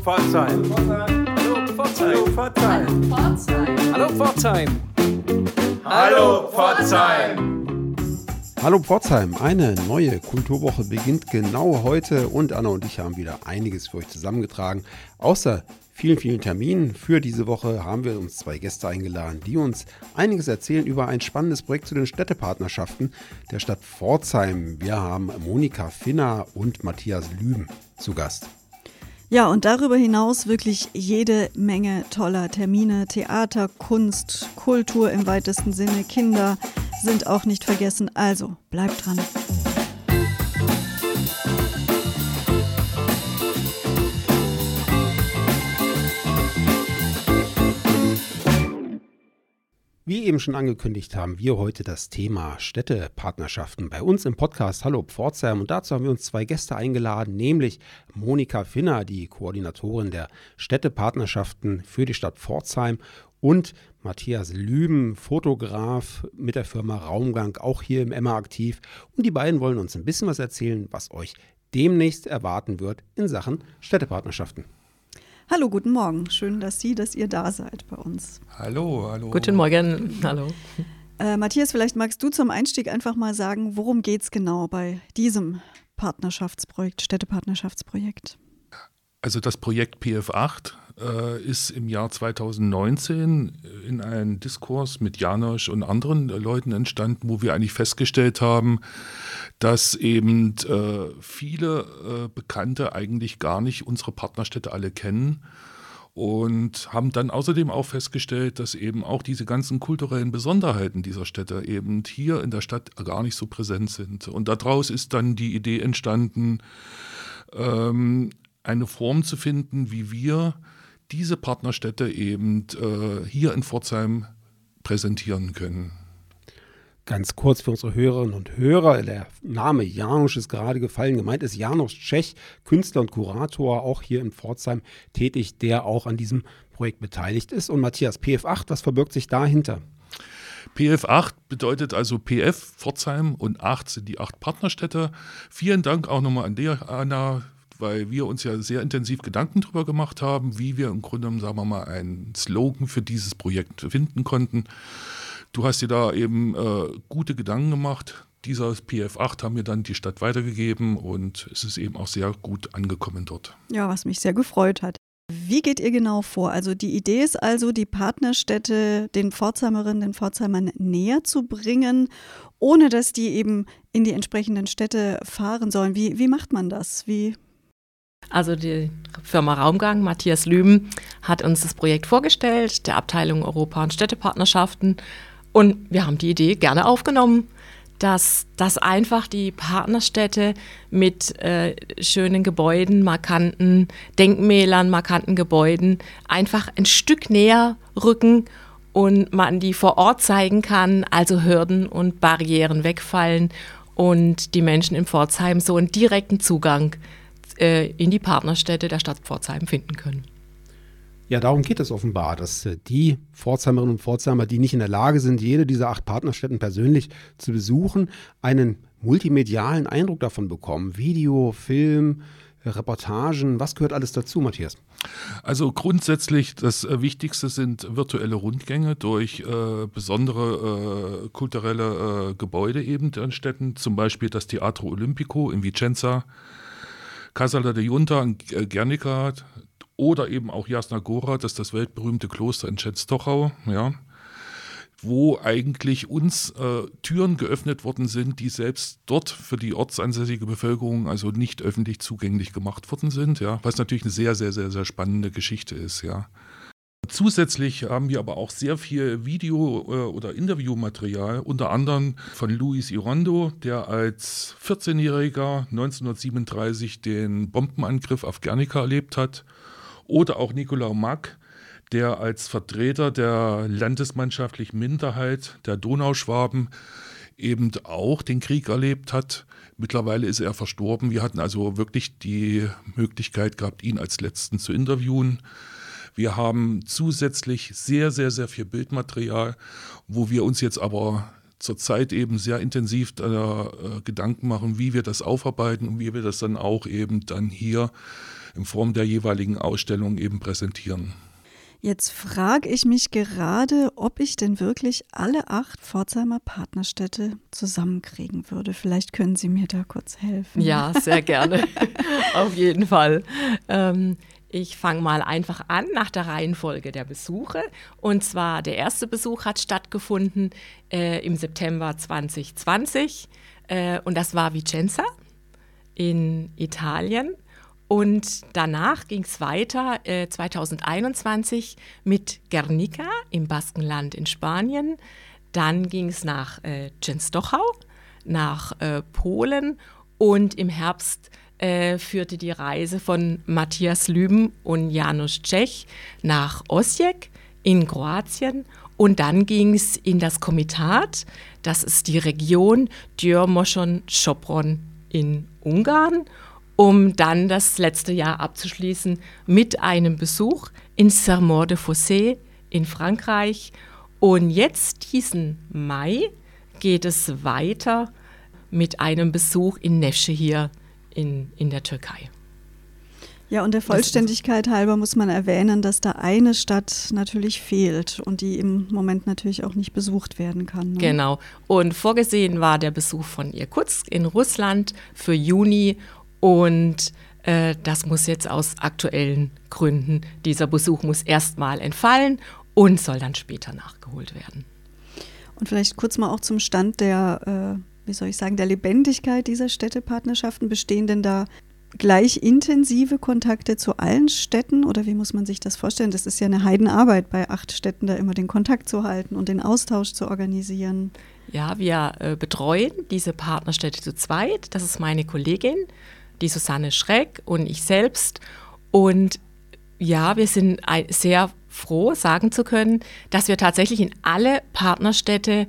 Pforzheim. Hallo Pforzheim. Hallo Pforzheim. Hallo Pforzheim. Hallo Pforzheim, eine neue Kulturwoche beginnt genau heute und Anna und ich haben wieder einiges für euch zusammengetragen. Außer vielen Terminen für diese Woche haben wir uns 2 Gäste eingeladen, die uns einiges erzählen über ein spannendes Projekt zu den Städtepartnerschaften der Stadt Pforzheim. Wir haben Monika Finner und Matthias Lüben zu Gast. Ja, und darüber hinaus wirklich jede Menge toller Termine, Theater, Kunst, Kultur im weitesten Sinne, Kinder sind auch nicht vergessen, also bleibt dran. Wie eben schon angekündigt, haben wir heute das Thema Städtepartnerschaften bei uns im Podcast Hallo Pforzheim. Und dazu haben wir uns 2 Gäste eingeladen, nämlich Monika Finner, die Koordinatorin der Städtepartnerschaften für die Stadt Pforzheim, und Matthias Lüben, Fotograf mit der Firma Raumgang, auch hier im Emma aktiv. Und die beiden wollen uns ein bisschen was erzählen, was euch demnächst erwarten wird in Sachen Städtepartnerschaften. Hallo, guten Morgen. Schön, dass ihr da seid bei uns. Hallo. Guten Morgen, hallo. Matthias, vielleicht magst du zum Einstieg einfach mal sagen, worum geht es genau bei diesem Partnerschaftsprojekt, Städtepartnerschaftsprojekt? Also das Projekt PF8 ist im Jahr 2019 in einem Diskurs mit Janosch und anderen Leuten entstanden, wo wir eigentlich festgestellt haben, dass eben viele Bekannte eigentlich gar nicht unsere Partnerstädte alle kennen. Und haben dann außerdem auch festgestellt, dass eben auch diese ganzen kulturellen Besonderheiten dieser Städte eben hier in der Stadt gar nicht so präsent sind. Und daraus ist dann die Idee entstanden, eine Form zu finden, wie wir diese Partnerstädte eben hier in Pforzheim präsentieren können. Ganz kurz für unsere Hörerinnen und Hörer, der Name Janosch ist gerade gefallen. Gemeint ist Janosch Czech, Künstler und Kurator, auch hier in Pforzheim tätig, der auch an diesem Projekt beteiligt ist. Und Matthias, PF8, was verbirgt sich dahinter? PF8 bedeutet also PF, Pforzheim, und 8 sind die 8 Partnerstädte. Vielen Dank auch nochmal an dir, Anna, weil wir uns ja sehr intensiv Gedanken darüber gemacht haben, wie wir im Grunde, sagen wir mal, einen Slogan für dieses Projekt finden konnten. Du hast dir da eben gute Gedanken gemacht. Dieser PF8 haben wir dann die Stadt weitergegeben und es ist eben auch sehr gut angekommen dort. Ja, was mich sehr gefreut hat. Wie geht ihr genau vor? Also die Idee ist also, die Partnerstädte den Pforzheimerinnen, den Pforzheimern näher zu bringen, ohne dass die eben in die entsprechenden Städte fahren sollen. Wie macht man das? Also die Firma Raumgang, Matthias Lüben, hat uns das Projekt vorgestellt, der Abteilung Europa- und Städtepartnerschaften. Und wir haben die Idee gerne aufgenommen, dass einfach die Partnerstädte mit schönen Gebäuden, markanten Denkmälern, markanten Gebäuden einfach ein Stück näher rücken und man die vor Ort zeigen kann, also Hürden und Barrieren wegfallen und die Menschen in Pforzheim so einen direkten Zugang in die Partnerstädte der Stadt Pforzheim finden können. Ja, darum geht es offenbar, dass die Pforzheimerinnen und Pforzheimer, die nicht in der Lage sind, jede dieser 8 Partnerstädten persönlich zu besuchen, einen multimedialen Eindruck davon bekommen. Video, Film, Reportagen, was gehört alles dazu, Matthias? Also grundsätzlich das Wichtigste sind virtuelle Rundgänge durch besondere kulturelle Gebäude eben in Städten, zum Beispiel das Teatro Olimpico in Vicenza, Casala de Junta in Guernica oder eben auch Jasna Gora, das ist das weltberühmte Kloster in Częstochow, ja, wo eigentlich uns Türen geöffnet worden sind, die selbst dort für die ortsansässige Bevölkerung also nicht öffentlich zugänglich gemacht worden sind, ja, was natürlich eine sehr, sehr, sehr, sehr spannende Geschichte ist, ja. Zusätzlich haben wir aber auch sehr viel Video- oder Interviewmaterial, unter anderem von Luis Irondo, der als 14-Jähriger 1937 den Bombenangriff auf Guernica erlebt hat, oder auch Nicolau Mack, der als Vertreter der landesmannschaftlichen Minderheit der Donauschwaben eben auch den Krieg erlebt hat. Mittlerweile ist er verstorben. Wir hatten also wirklich die Möglichkeit gehabt, ihn als Letzten zu interviewen. Wir haben zusätzlich sehr, sehr, sehr viel Bildmaterial, wo wir uns jetzt aber zurzeit eben sehr intensiv Gedanken machen, wie wir das aufarbeiten und wie wir das dann auch eben dann hier in Form der jeweiligen Ausstellung eben präsentieren. Jetzt frage ich mich gerade, ob ich denn wirklich alle 8 Pforzheimer Partnerstädte zusammenkriegen würde. Vielleicht können Sie mir da kurz helfen. Ja, sehr gerne. Auf jeden Fall. Ich fange mal einfach an nach der Reihenfolge der Besuche. Und zwar der erste Besuch hat stattgefunden im September 2020. Und das war Vicenza in Italien. Und danach ging es weiter 2021 mit Guernica im Baskenland in Spanien. Dann ging es nach Częstochow, nach Polen und im Herbst führte die Reise von Matthias Lüben und Janusz Czech nach Osijek in Kroatien. Und dann ging es in das Komitat, das ist die Region Győr-Moson-Sopron in Ungarn, um dann das letzte Jahr abzuschließen mit einem Besuch in Sermont-de-Fossé in Frankreich. Und jetzt diesen Mai geht es weiter mit einem Besuch in Nevşehir in der Türkei. Ja, und der Vollständigkeit halber muss man erwähnen, dass da eine Stadt natürlich fehlt und die im Moment natürlich auch nicht besucht werden kann. Ne? Genau. Und vorgesehen war der Besuch von Irkutsk in Russland für Juni. Und das muss jetzt aus aktuellen Gründen, dieser Besuch muss erstmal entfallen und soll dann später nachgeholt werden. Und vielleicht kurz mal auch zum Stand der, der Lebendigkeit dieser Städtepartnerschaften. Bestehen denn da gleich intensive Kontakte zu allen Städten oder wie muss man sich das vorstellen? Das ist ja eine Heidenarbeit, bei 8 Städten da immer den Kontakt zu halten und den Austausch zu organisieren. Ja, wir betreuen diese Partnerstädte zu zweit. Das ist meine Kollegin, die Susanne Schreck und ich selbst. Und ja, wir sind sehr froh, sagen zu können, dass wir tatsächlich in alle Partnerstädte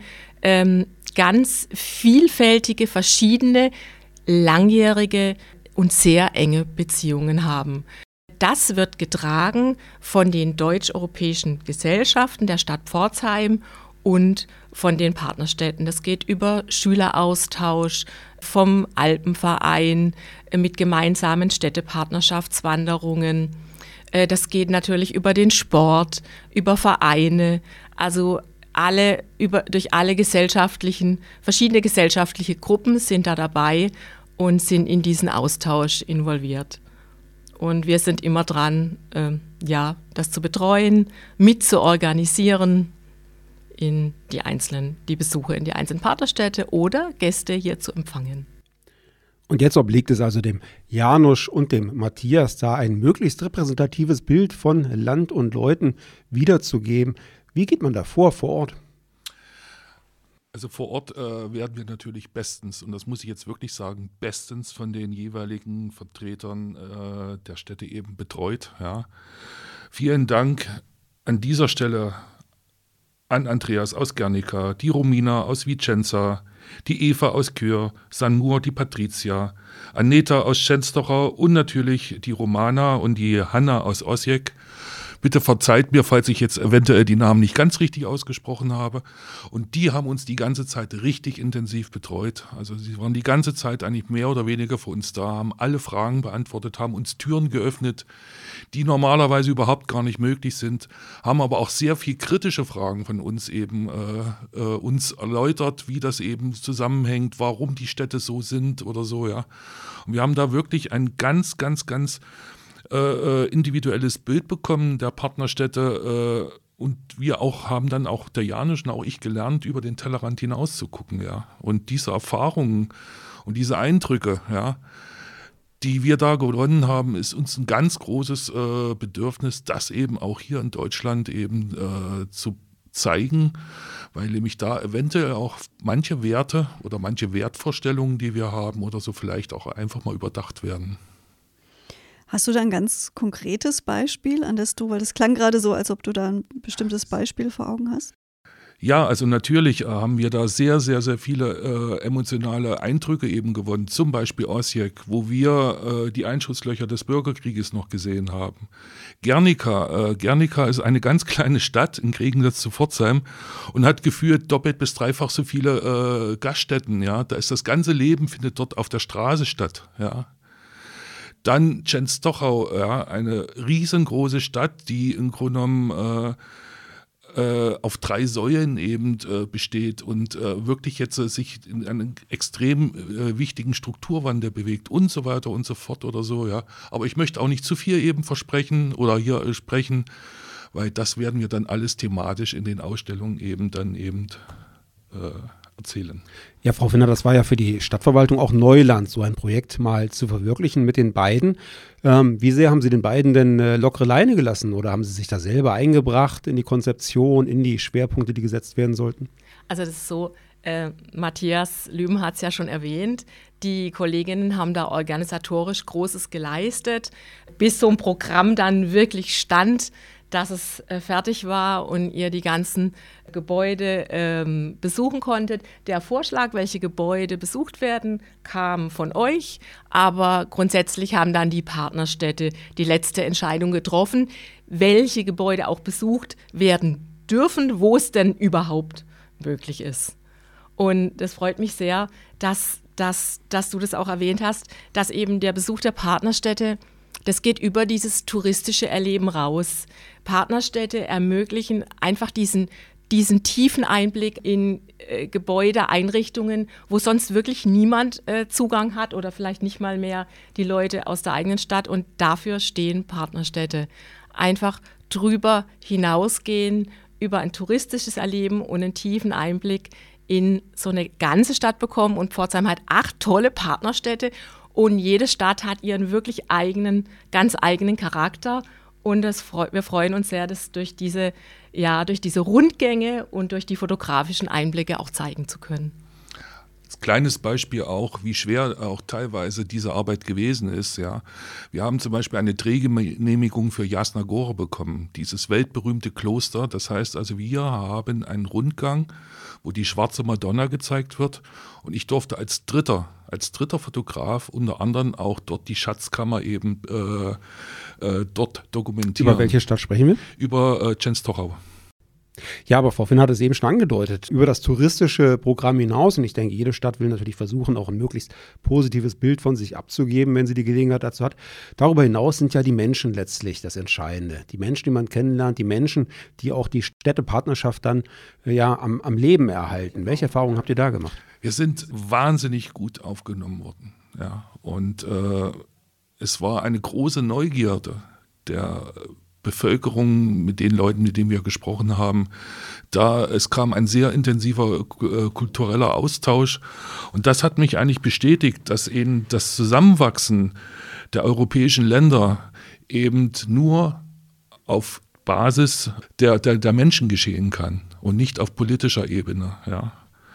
ganz vielfältige, verschiedene, langjährige und sehr enge Beziehungen haben. Das wird getragen von den deutsch-europäischen Gesellschaften der Stadt Pforzheim und von den Partnerstädten. Das geht über Schüleraustausch, vom Alpenverein mit gemeinsamen Städtepartnerschaftswanderungen. Das geht natürlich über den Sport, über Vereine, also durch alle verschiedene gesellschaftliche Gruppen sind da dabei und sind in diesen Austausch involviert. Und wir sind immer dran, das zu betreuen, mitzuorganisieren, die Besuche in die einzelnen Partnerstädte oder Gäste hier zu empfangen. Und jetzt obliegt es also dem Janusz und dem Matthias, da ein möglichst repräsentatives Bild von Land und Leuten wiederzugeben. Wie geht man da vor Ort? Also vor Ort werden wir natürlich bestens, und das muss ich jetzt wirklich sagen, bestens von den jeweiligen Vertretern der Städte eben betreut. Ja. Vielen Dank an dieser Stelle an Andreas aus Guernica, die Romina aus Vicenza, die Eva aus Győr, Sanmur, die Patricia, Aneta aus Częstochow und natürlich die Romana und die Hanna aus Osijek. Bitte verzeiht mir, falls ich jetzt eventuell die Namen nicht ganz richtig ausgesprochen habe. Und die haben uns die ganze Zeit richtig intensiv betreut. Also sie waren die ganze Zeit eigentlich mehr oder weniger für uns da, haben alle Fragen beantwortet, haben uns Türen geöffnet, die normalerweise überhaupt gar nicht möglich sind, haben aber auch sehr viel kritische Fragen von uns eben uns erläutert, wie das eben zusammenhängt, warum die Städte so sind oder so, ja. Und wir haben da wirklich ein ganz individuelles Bild bekommen der Partnerstädte und wir auch haben dann auch der Janusz und auch ich gelernt, über den Tellerrand hinaus zu gucken, ja. Und diese Erfahrungen und diese Eindrücke, ja, die wir da gewonnen haben, ist uns ein ganz großes Bedürfnis, das eben auch hier in Deutschland eben zu zeigen, weil nämlich da eventuell auch manche Werte oder manche Wertvorstellungen, die wir haben oder so vielleicht auch einfach mal überdacht werden. Hast du da ein ganz konkretes Beispiel, weil das klang gerade so, als ob du da ein bestimmtes Beispiel vor Augen hast? Ja, also natürlich haben wir da sehr, sehr, sehr viele emotionale Eindrücke eben gewonnen. Zum Beispiel Osijek, wo wir die Einschusslöcher des Bürgerkrieges noch gesehen haben. Gernika ist eine ganz kleine Stadt im Gegensatz zu Pforzheim und hat gefühlt doppelt bis dreifach so viele Gaststätten. Ja, da ist das ganze Leben findet dort auf der Straße statt. Ja. Dann Częstochow, ja, eine riesengroße Stadt, die im Grunde genommen auf 3 Säulen eben besteht und wirklich jetzt sich in einen extrem wichtigen Strukturwandel bewegt und so weiter und so fort oder so, ja. Aber ich möchte auch nicht zu viel eben versprechen oder hier sprechen, weil das werden wir dann alles thematisch in den Ausstellungen eben dann erzählen. Ja, Frau Finner, das war ja für die Stadtverwaltung auch Neuland, so ein Projekt mal zu verwirklichen mit den beiden. Wie sehr haben Sie den beiden denn lockere Leine gelassen oder haben Sie sich da selber eingebracht in die Konzeption, in die Schwerpunkte, die gesetzt werden sollten? Also das ist so, Matthias Lüben hat es ja schon erwähnt, die Kolleginnen haben da organisatorisch Großes geleistet, bis so ein Programm dann wirklich stand, dass es fertig war und ihr die ganzen Gebäude besuchen konntet. Der Vorschlag, welche Gebäude besucht werden, kam von euch, aber grundsätzlich haben dann die Partnerstädte die letzte Entscheidung getroffen, welche Gebäude auch besucht werden dürfen, wo es denn überhaupt möglich ist. Und das freut mich sehr, dass du das auch erwähnt hast, dass eben der Besuch der Partnerstädte, das geht über dieses touristische Erleben raus. Partnerstädte ermöglichen einfach diesen tiefen Einblick in Gebäude, Einrichtungen, wo sonst wirklich niemand Zugang hat oder vielleicht nicht mal mehr die Leute aus der eigenen Stadt. Und dafür stehen Partnerstädte. Einfach drüber hinausgehen, über ein touristisches Erleben und einen tiefen Einblick in so eine ganze Stadt bekommen. Und Pforzheim hat 8 tolle Partnerstädte. Und jede Stadt hat ihren wirklich ganz eigenen Charakter. Und wir freuen uns sehr, das durch diese Rundgänge und durch die fotografischen Einblicke auch zeigen zu können. Als kleines Beispiel auch, wie schwer auch teilweise diese Arbeit gewesen ist. Ja. Wir haben zum Beispiel eine Drehgenehmigung für Jasna Gore bekommen, dieses weltberühmte Kloster. Das heißt also, wir haben einen Rundgang, wo die Schwarze Madonna gezeigt wird. Und ich durfte als dritter Fotograf unter anderem auch dort die Schatzkammer eben dort dokumentieren. Über welche Stadt sprechen wir? Über Częstochow. Ja, aber Frau Finn hat es eben schon angedeutet, über das touristische Programm hinaus. Und ich denke, jede Stadt will natürlich versuchen, auch ein möglichst positives Bild von sich abzugeben, wenn sie die Gelegenheit dazu hat. Darüber hinaus sind ja die Menschen letztlich das Entscheidende. Die Menschen, die man kennenlernt, die Menschen, die auch die Städtepartnerschaft dann am Leben erhalten. Welche Erfahrungen habt ihr da gemacht? Wir sind wahnsinnig gut aufgenommen worden. Ja. Und es war eine große Neugierde der Bevölkerung, mit den Leuten, mit denen wir gesprochen haben. Es kam ein sehr intensiver kultureller Austausch und das hat mich eigentlich bestätigt, dass eben das Zusammenwachsen der europäischen Länder eben nur auf Basis der Menschen geschehen kann und nicht auf politischer Ebene, ja.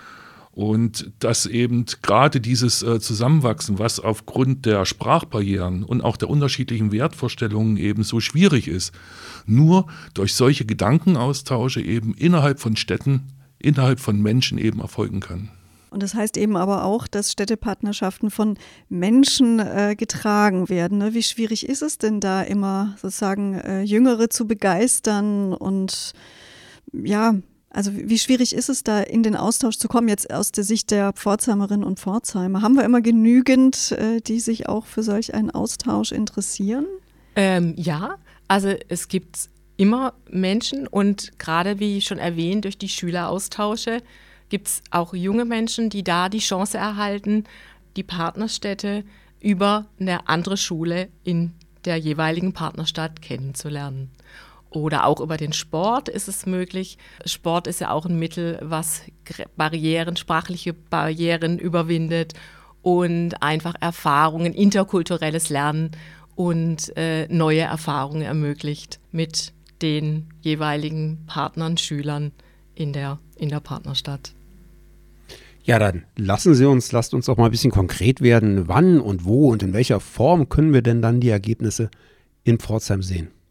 Und dass eben gerade dieses Zusammenwachsen, was aufgrund der Sprachbarrieren und auch der unterschiedlichen Wertvorstellungen eben so schwierig ist, nur durch solche Gedankenaustausche eben innerhalb von Städten, innerhalb von Menschen eben erfolgen kann. Und das heißt eben aber auch, dass Städtepartnerschaften von Menschen getragen werden. Ne? Wie schwierig ist es denn da immer sozusagen Jüngere zu begeistern und ja, also wie schwierig ist es da, in den Austausch zu kommen, jetzt aus der Sicht der Pforzheimerinnen und Pforzheimer? Haben wir immer genügend, die sich auch für solch einen Austausch interessieren? Ja, also es gibt immer Menschen und gerade wie schon erwähnt, durch die Schüleraustausche gibt es auch junge Menschen, die da die Chance erhalten, die Partnerstädte über eine andere Schule in der jeweiligen Partnerstadt kennenzulernen. Oder auch über den Sport ist es möglich. Sport ist ja auch ein Mittel, was sprachliche Barrieren überwindet und einfach Erfahrungen, interkulturelles Lernen und neue Erfahrungen ermöglicht mit den jeweiligen Partnern, Schülern in der Partnerstadt. Ja, dann lasst uns doch mal ein bisschen konkret werden. Wann und wo und in welcher Form können wir denn dann die Ergebnisse in Pforzheim sehen?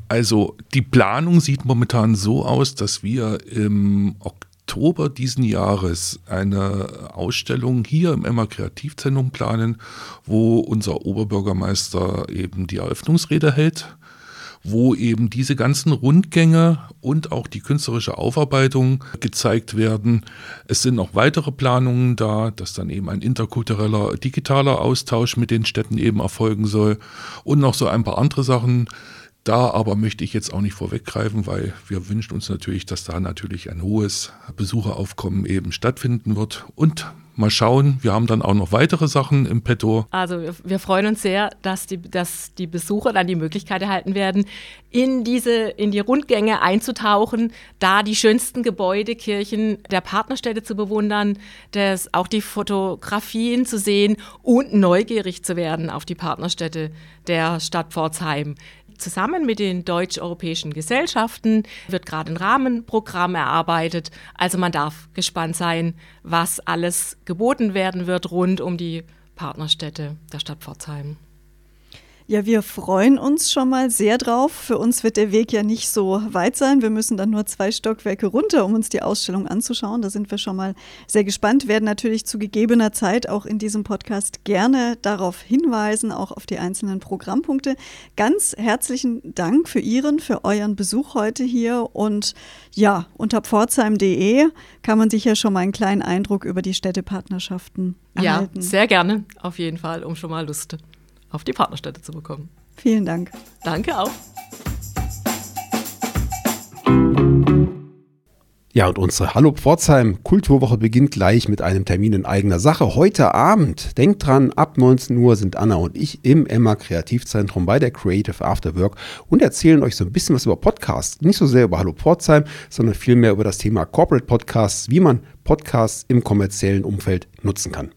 Also die Planung sieht momentan so aus, dass wir im Oktober diesen Jahres eine Ausstellung hier im Emma Kreativzentrum planen, wo unser Oberbürgermeister eben die Eröffnungsrede hält, wo eben diese ganzen Rundgänge und auch die künstlerische Aufarbeitung gezeigt werden. Es sind noch weitere Planungen da, dass dann eben ein interkultureller, digitaler Austausch mit den Städten eben erfolgen soll und noch so ein paar andere Sachen. Da aber möchte ich jetzt auch nicht vorweggreifen, weil wir wünschen uns natürlich, dass da natürlich ein hohes Besucheraufkommen eben stattfinden wird. Und mal schauen, wir haben dann auch noch weitere Sachen im Petto. Also wir freuen uns sehr, dass die Besucher dann die Möglichkeit erhalten werden, in die Rundgänge einzutauchen, da die schönsten Gebäude, Kirchen der Partnerstädte zu bewundern, auch die Fotografien zu sehen und neugierig zu werden auf die Partnerstädte der Stadt Pforzheim. Zusammen mit den deutsch-europäischen Gesellschaften wird gerade ein Rahmenprogramm erarbeitet. Also man darf gespannt sein, was alles geboten werden wird rund um die Partnerstädte der Stadt Pforzheim. Ja, wir freuen uns schon mal sehr drauf. Für uns wird der Weg ja nicht so weit sein. Wir müssen dann nur 2 Stockwerke runter, um uns die Ausstellung anzuschauen. Da sind wir schon mal sehr gespannt, werden natürlich zu gegebener Zeit auch in diesem Podcast gerne darauf hinweisen, auch auf die einzelnen Programmpunkte. Ganz herzlichen Dank für euren Besuch heute hier. Und ja, unter pforzheim.de kann man sich ja schon mal einen kleinen Eindruck über die Städtepartnerschaften erhalten. Ja, sehr gerne, auf jeden Fall, um schon mal Lust auf die Partnerstädte zu bekommen. Vielen Dank. Danke auch. Ja, und unsere Hallo Pforzheim Kulturwoche beginnt gleich mit einem Termin in eigener Sache. Heute Abend, denkt dran, ab 19 Uhr sind Anna und ich im Emma Kreativzentrum bei der Creative Afterwork und erzählen euch so ein bisschen was über Podcasts. Nicht so sehr über Hallo Pforzheim, sondern vielmehr über das Thema Corporate Podcasts, wie man Podcasts im kommerziellen Umfeld nutzen kann.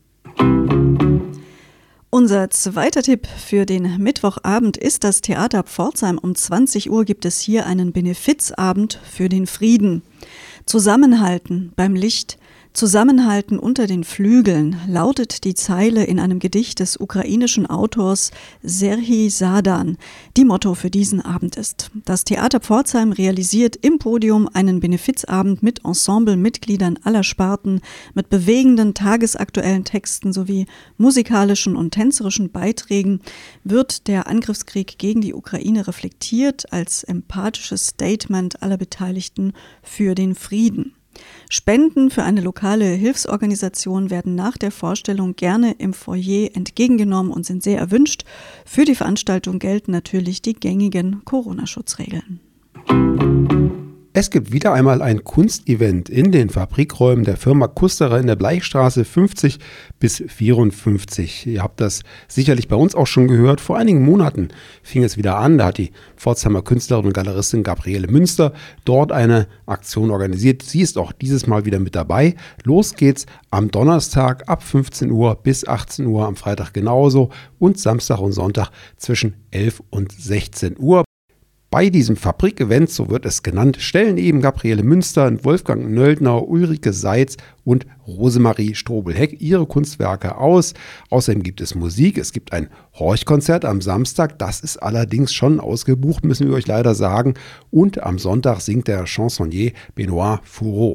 Unser zweiter Tipp für den Mittwochabend ist das Theater Pforzheim. Um 20 Uhr gibt es hier einen Benefizabend für den Frieden. Zusammenhalten beim Licht, Zusammenhalten unter den Flügeln lautet die Zeile in einem Gedicht des ukrainischen Autors Serhii Sadan, die Motto für diesen Abend ist. Das Theater Pforzheim realisiert im Podium einen Benefizabend mit Ensemblemitgliedern aller Sparten, mit bewegenden tagesaktuellen Texten sowie musikalischen und tänzerischen Beiträgen wird der Angriffskrieg gegen die Ukraine reflektiert als empathisches Statement aller Beteiligten für den Frieden. Spenden für eine lokale Hilfsorganisation werden nach der Vorstellung gerne im Foyer entgegengenommen und sind sehr erwünscht. Für die Veranstaltung gelten natürlich die gängigen Corona-Schutzregeln. Es gibt wieder einmal ein Kunstevent in den Fabrikräumen der Firma Kusterer in der Bleichstraße 50 bis 54. Ihr habt das sicherlich bei uns auch schon gehört. Vor einigen Monaten fing es wieder an. Da hat die Pforzheimer Künstlerin und Galeristin Gabriele Münster dort eine Aktion organisiert. Sie ist auch dieses Mal wieder mit dabei. Los geht's am Donnerstag ab 15 Uhr bis 18 Uhr, am Freitag genauso und Samstag und Sonntag zwischen 11 und 16 Uhr. Bei diesem Fabrik-Event, so wird es genannt, stellen eben Gabriele Münster, Wolfgang Nöldner, Ulrike Seitz und Rosemarie Strobel-Heck ihre Kunstwerke aus. Außerdem gibt es Musik, es gibt ein Horchkonzert am Samstag, das ist allerdings schon ausgebucht, müssen wir euch leider sagen. Und am Sonntag singt der Chansonnier Benoit Fourreau.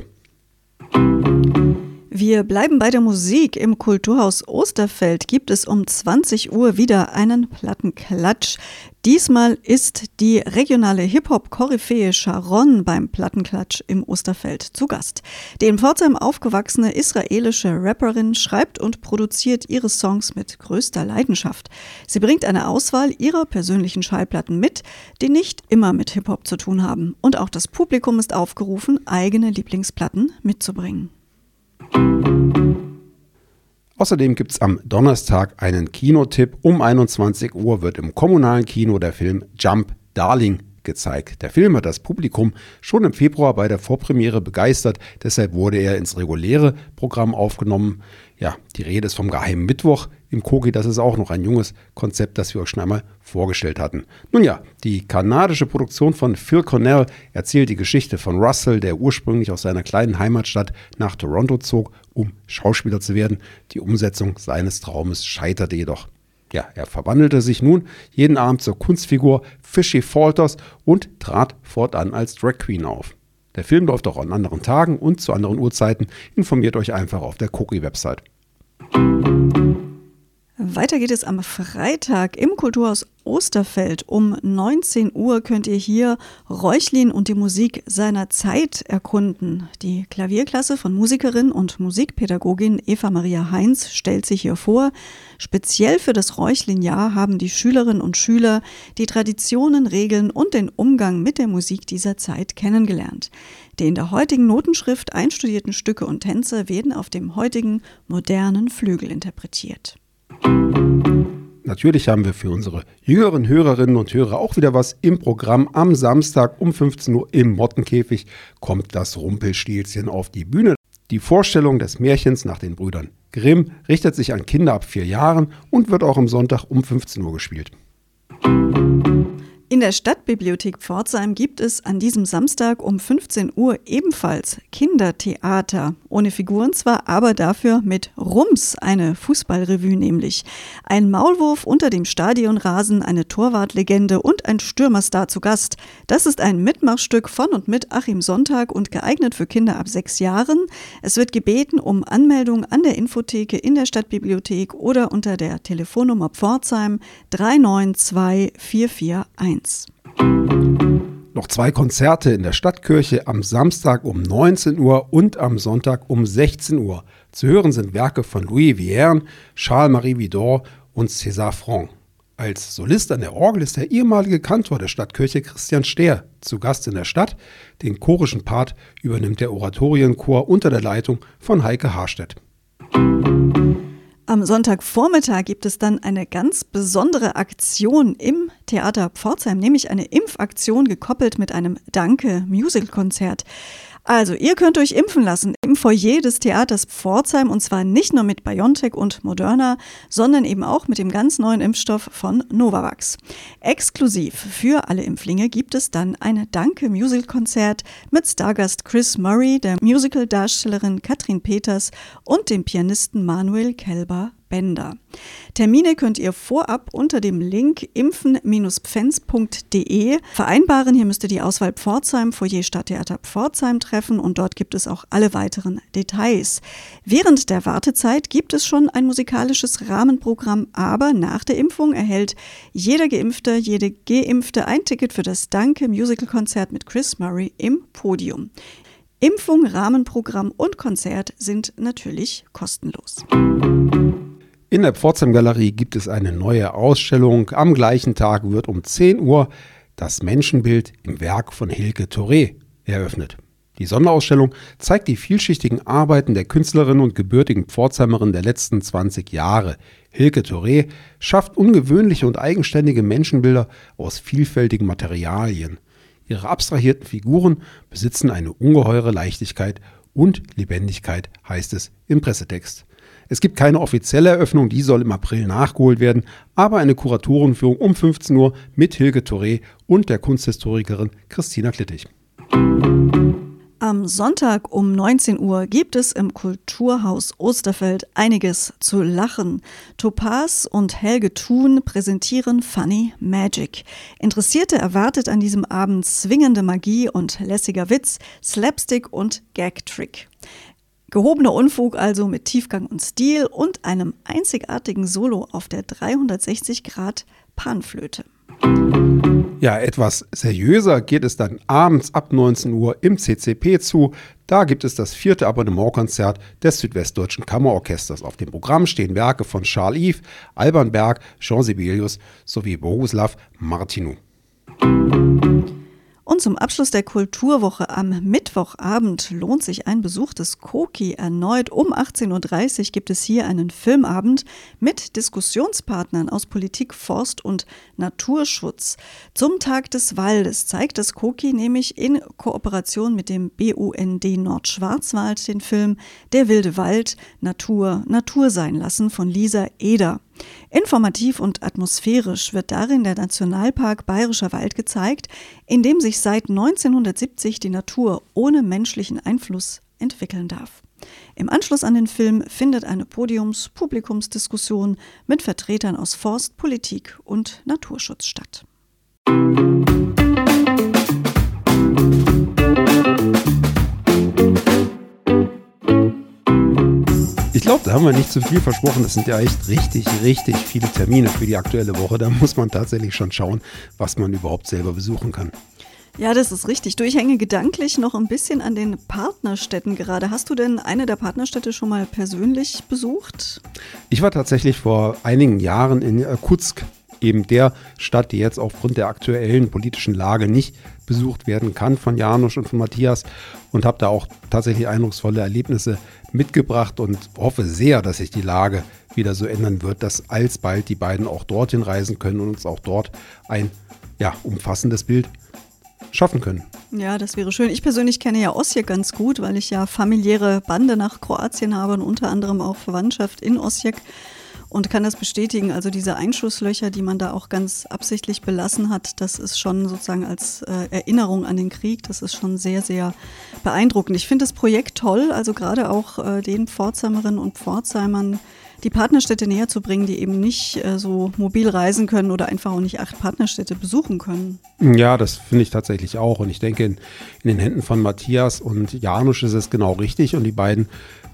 Wir bleiben bei der Musik. Im Kulturhaus Osterfeld gibt es um 20 Uhr wieder einen Plattenklatsch. Diesmal ist die regionale Hip-Hop-Koryphäe Sharon beim Plattenklatsch im Osterfeld zu Gast. Die in Pforzheim aufgewachsene israelische Rapperin schreibt und produziert ihre Songs mit größter Leidenschaft. Sie bringt eine Auswahl ihrer persönlichen Schallplatten mit, die nicht immer mit Hip-Hop zu tun haben. Und auch das Publikum ist aufgerufen, eigene Lieblingsplatten mitzubringen. Außerdem gibt es am Donnerstag einen Kinotipp. Um 21 Uhr wird im kommunalen Kino der Film Jump Darling gezeigt. Der Film hat das Publikum schon im Februar bei der Vorpremiere begeistert, deshalb wurde er ins reguläre Programm aufgenommen. Ja, die Rede ist vom Geheimen Mittwoch im Kogi, das ist auch noch ein junges Konzept, das wir euch schon einmal vorgestellt hatten. Nun ja, die kanadische Produktion von Phil Cornell erzählt die Geschichte von Russell, der ursprünglich aus seiner kleinen Heimatstadt nach Toronto zog, um Schauspieler zu werden. Die Umsetzung seines Traumes scheiterte jedoch. Ja, er verwandelte sich nun jeden Abend zur Kunstfigur Fishy Falters und trat fortan als Drag Queen auf. Der Film läuft auch an anderen Tagen und zu anderen Uhrzeiten. Informiert euch einfach auf der Cookie-Website. Weiter geht es am Freitag im Kulturhaus Osterfeld. Um 19 Uhr könnt ihr hier Reuchlin und die Musik seiner Zeit erkunden. Die Klavierklasse von Musikerin und Musikpädagogin Eva Maria Heinz stellt sich hier vor. Speziell für das Reuchlin-Jahr haben die Schülerinnen und Schüler die Traditionen, Regeln und den Umgang mit der Musik dieser Zeit kennengelernt. Die in der heutigen Notenschrift einstudierten Stücke und Tänze werden auf dem heutigen modernen Flügel interpretiert. Natürlich haben wir für unsere jüngeren Hörerinnen und Hörer auch wieder was im Programm. Am Samstag um 15 Uhr im Mottenkäfig kommt das Rumpelstilzchen auf die Bühne. Die Vorstellung des Märchens nach den Brüdern Grimm richtet sich an Kinder ab 4 Jahren und wird auch am Sonntag um 15 Uhr gespielt. In der Stadtbibliothek Pforzheim gibt es an diesem Samstag um 15 Uhr ebenfalls Kindertheater. Ohne Figuren zwar, aber dafür mit Rums, eine Fußballrevue nämlich. Ein Maulwurf unter dem Stadionrasen, eine Torwartlegende und ein Stürmerstar zu Gast. Das ist ein Mitmachstück von und mit Achim Sonntag und geeignet für Kinder ab 6 Jahren. Es wird gebeten um Anmeldung an der Infotheke in der Stadtbibliothek oder unter der Telefonnummer Pforzheim 392441. Noch 2 Konzerte in der Stadtkirche am Samstag um 19 Uhr und am Sonntag um 16 Uhr. Zu hören sind Werke von Louis Vierne, Charles-Marie Widor und César Franck. Als Solist an der Orgel ist der ehemalige Kantor der Stadtkirche Christian Stehr zu Gast in der Stadt. Den chorischen Part übernimmt der Oratorienchor unter der Leitung von Heike Harstedt. Am Sonntagvormittag gibt es dann eine ganz besondere Aktion im Theater Pforzheim, nämlich eine Impfaktion gekoppelt mit einem Danke-Musical-Konzert. Also, ihr könnt euch impfen lassen im Foyer des Theaters Pforzheim und zwar nicht nur mit BioNTech und Moderna, sondern eben auch mit dem ganz neuen Impfstoff von Novavax. Exklusiv für alle Impflinge gibt es dann ein Danke-Musical-Konzert mit Stargast Chris Murray, der Musical-Darstellerin Katrin Peters und dem Pianisten Manuel Kelber-Bender. Termine könnt ihr vorab unter dem Link impfen-pfenz.de vereinbaren. Hier müsst ihr die Auswahl Pforzheim, Foyer Stadttheater Pforzheim treffen und dort gibt es auch alle weiteren Details. Während der Wartezeit gibt es schon ein musikalisches Rahmenprogramm, aber nach der Impfung erhält jeder Geimpfte, jede Geimpfte ein Ticket für das Danke-Musical-Konzert mit Chris Murray im Podium. Impfung, Rahmenprogramm und Konzert sind natürlich kostenlos. In der Pforzheim-Galerie gibt es eine neue Ausstellung. Am gleichen Tag wird um 10 Uhr das Menschenbild im Werk von Hilke Thoré eröffnet. Die Sonderausstellung zeigt die vielschichtigen Arbeiten der Künstlerin und gebürtigen Pforzheimerin der letzten 20 Jahre. Hilke Thoré schafft ungewöhnliche und eigenständige Menschenbilder aus vielfältigen Materialien. Ihre abstrahierten Figuren besitzen eine ungeheure Leichtigkeit und Lebendigkeit, heißt es im Pressetext. Es gibt keine offizielle Eröffnung, die soll im April nachgeholt werden, aber eine Kuratorenführung um 15 Uhr mit Hilke Thoré und der Kunsthistorikerin Christina Klittig. Am Sonntag um 19 Uhr gibt es im Kulturhaus Osterfeld einiges zu lachen. Topaz und Helge Thun präsentieren Funny Magic. Interessierte erwartet an diesem Abend zwingende Magie und lässiger Witz, Slapstick und Gagtrick. Gehobener Unfug also mit Tiefgang und Stil und einem einzigartigen Solo auf der 360 Grad Panflöte. Ja, etwas seriöser geht es dann abends ab 19 Uhr im CCP zu. Da gibt es das 4. Abonnementkonzert des Südwestdeutschen Kammerorchesters. Auf dem Programm stehen Werke von Charles Yves, Alban Berg, Jean Sibelius sowie Bohuslav Martinu. Und zum Abschluss der Kulturwoche am Mittwochabend lohnt sich ein Besuch des Koki erneut. Um 18.30 Uhr gibt es hier einen Filmabend mit Diskussionspartnern aus Politik, Forst und Naturschutz. Zum Tag des Waldes zeigt das Koki nämlich in Kooperation mit dem BUND Nordschwarzwald den Film Der wilde Wald, Natur, Natur sein lassen von Lisa Eder. Informativ und atmosphärisch wird darin der Nationalpark Bayerischer Wald gezeigt, in dem sich seit 1970 die Natur ohne menschlichen Einfluss entwickeln darf. Im Anschluss an den Film findet eine Publikumsdiskussion mit Vertretern aus Forst, Politik und Naturschutz statt. Ich glaube, da haben wir nicht zu viel versprochen. Das sind ja echt richtig viele Termine für die aktuelle Woche. Da muss man tatsächlich schon schauen, was man überhaupt selber besuchen kann. Ja, das ist richtig. Du, ich hänge gedanklich noch ein bisschen an den Partnerstädten gerade. Hast du denn eine der Partnerstädte schon mal persönlich besucht? Ich war tatsächlich vor einigen Jahren in Irkutsk, eben der Stadt, die jetzt aufgrund der aktuellen politischen Lage nicht besucht werden kann von Janusz und von Matthias, und habe da auch tatsächlich eindrucksvolle Erlebnisse mitgebracht und hoffe sehr, dass sich die Lage wieder so ändern wird, dass alsbald die beiden auch dorthin reisen können und uns auch dort ein umfassendes Bild schaffen können. Ja, das wäre schön. Ich persönlich kenne ja Osijek ganz gut, weil ich ja familiäre Bande nach Kroatien habe und unter anderem auch Verwandtschaft in Osijek. Und kann das bestätigen, also diese Einschusslöcher, die man da auch ganz absichtlich belassen hat, das ist schon sozusagen als Erinnerung an den Krieg, das ist schon sehr, sehr beeindruckend. Ich finde das Projekt toll, also gerade auch den Pforzheimerinnen und Pforzheimern die Partnerstädte näher zu bringen, die eben nicht so mobil reisen können oder einfach auch nicht 8 Partnerstädte besuchen können. Ja, das finde ich tatsächlich auch. Und ich denke, in den Händen von Matthias und Janusz ist es genau richtig. Und die beiden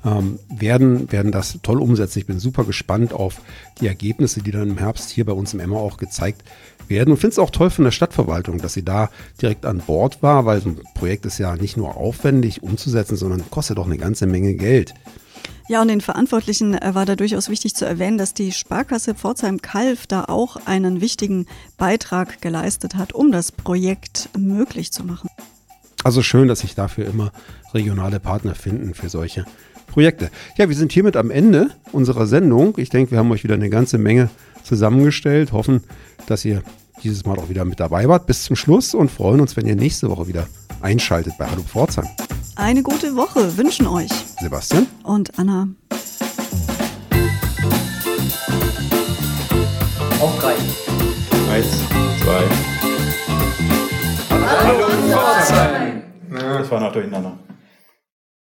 werden das toll umsetzen. Ich bin super gespannt auf die Ergebnisse, die dann im Herbst hier bei uns im Emma auch gezeigt werden. Und finde es auch toll von der Stadtverwaltung, dass sie da direkt an Bord war, weil so ein Projekt ist ja nicht nur aufwendig umzusetzen, sondern kostet auch eine ganze Menge Geld. Ja, und den Verantwortlichen war da durchaus wichtig zu erwähnen, dass die Sparkasse Pforzheim-Calw da auch einen wichtigen Beitrag geleistet hat, um das Projekt möglich zu machen. Also schön, dass sich dafür immer regionale Partner finden für solche Projekte. Ja, wir sind hiermit am Ende unserer Sendung. Ich denke, wir haben euch wieder eine ganze Menge zusammengestellt. Hoffen, dass ihr dieses Mal auch wieder mit dabei wart bis zum Schluss und freuen uns, wenn ihr nächste Woche wieder einschaltet bei Hallo Pforzheim. Eine gute Woche wünschen euch Sebastian und Anna. Auf 3. 1, 2. Hallo Pforzheim! Das war noch durcheinander.